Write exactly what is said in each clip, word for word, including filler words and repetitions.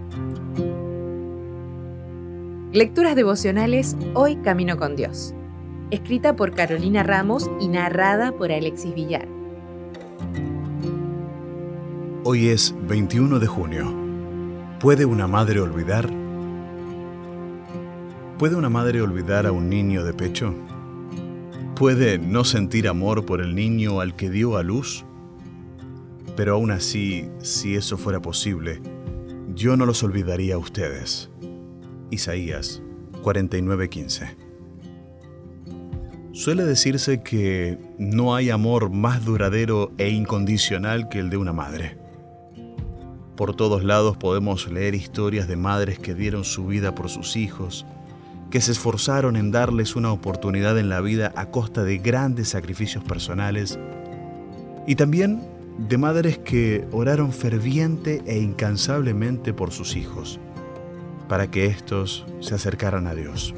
Lecturas devocionales Hoy Camino con Dios. Escrita por Carolina Ramos y narrada por Alexis Villar. Hoy es veintiuno de junio. ¿Puede una madre olvidar? ¿Puede una madre olvidar a un niño de pecho? ¿Puede no sentir amor por el niño al que dio a luz? Pero aún así, si eso fuera posible, yo no los olvidaría a ustedes. Isaías cuarenta y nueve quince. Suele decirse que no hay amor más duradero e incondicional que el de una madre. Por todos lados podemos leer historias de madres que dieron su vida por sus hijos, que se esforzaron en darles una oportunidad en la vida a costa de grandes sacrificios personales, y también de madres que oraron ferviente e incansablemente por sus hijos, para que éstos se acercaran a Dios.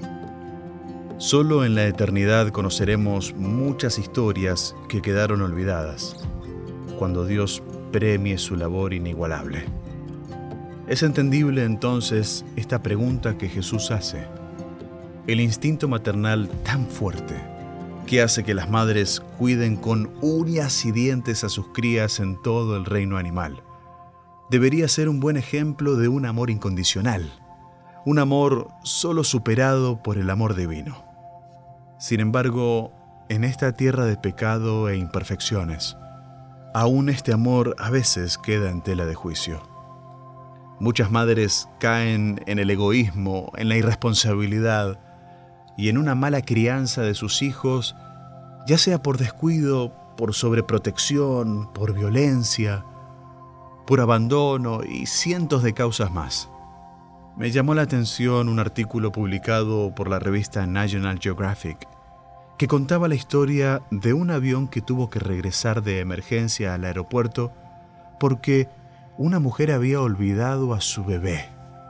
Solo en la eternidad conoceremos muchas historias que quedaron olvidadas, cuando Dios premie su labor inigualable. Es entendible entonces esta pregunta que Jesús hace. El instinto maternal tan fuerte que hace que las madres cuiden con uñas y dientes a sus crías en todo el reino animal debería ser un buen ejemplo de un amor incondicional, un amor solo superado por el amor divino. Sin embargo, en esta tierra de pecado e imperfecciones, aún este amor a veces queda en tela de juicio. Muchas madres caen en el egoísmo, en la irresponsabilidad y en una mala crianza de sus hijos, ya sea por descuido, por sobreprotección, por violencia, por abandono y cientos de causas más. Me llamó la atención un artículo publicado por la revista National Geographic que contaba la historia de un avión que tuvo que regresar de emergencia al aeropuerto porque una mujer había olvidado a su bebé.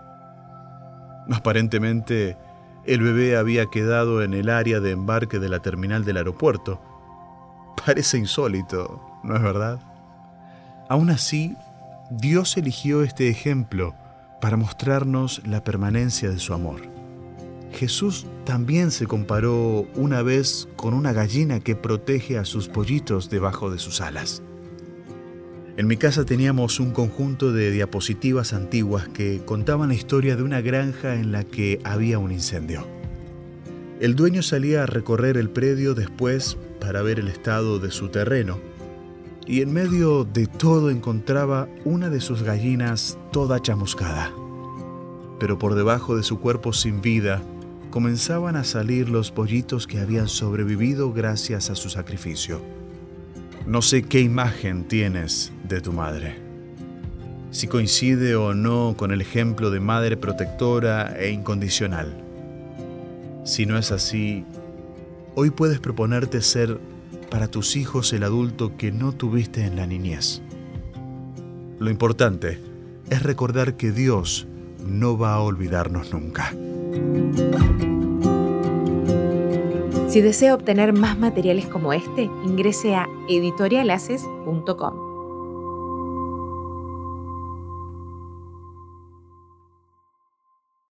Aparentemente, el bebé había quedado en el área de embarque de la terminal del aeropuerto. Parece insólito, ¿no es verdad? Aún así, Dios eligió este ejemplo para mostrarnos la permanencia de su amor. Jesús también se comparó una vez con una gallina que protege a sus pollitos debajo de sus alas. En mi casa teníamos un conjunto de diapositivas antiguas que contaban la historia de una granja en la que había un incendio. El dueño salía a recorrer el predio después para ver el estado de su terreno, y en medio de todo encontraba una de sus gallinas toda chamuscada. Pero por debajo de su cuerpo sin vida comenzaban a salir los pollitos que habían sobrevivido gracias a su sacrificio. No sé qué imagen tienes de tu madre, si coincide o no con el ejemplo de madre protectora e incondicional. Si no es así, hoy puedes proponerte ser para tus hijos el adulto que no tuviste en la niñez. Lo importante es recordar que Dios no va a olvidarnos nunca. Si desea obtener más materiales como este, ingrese a editorialaces punto com.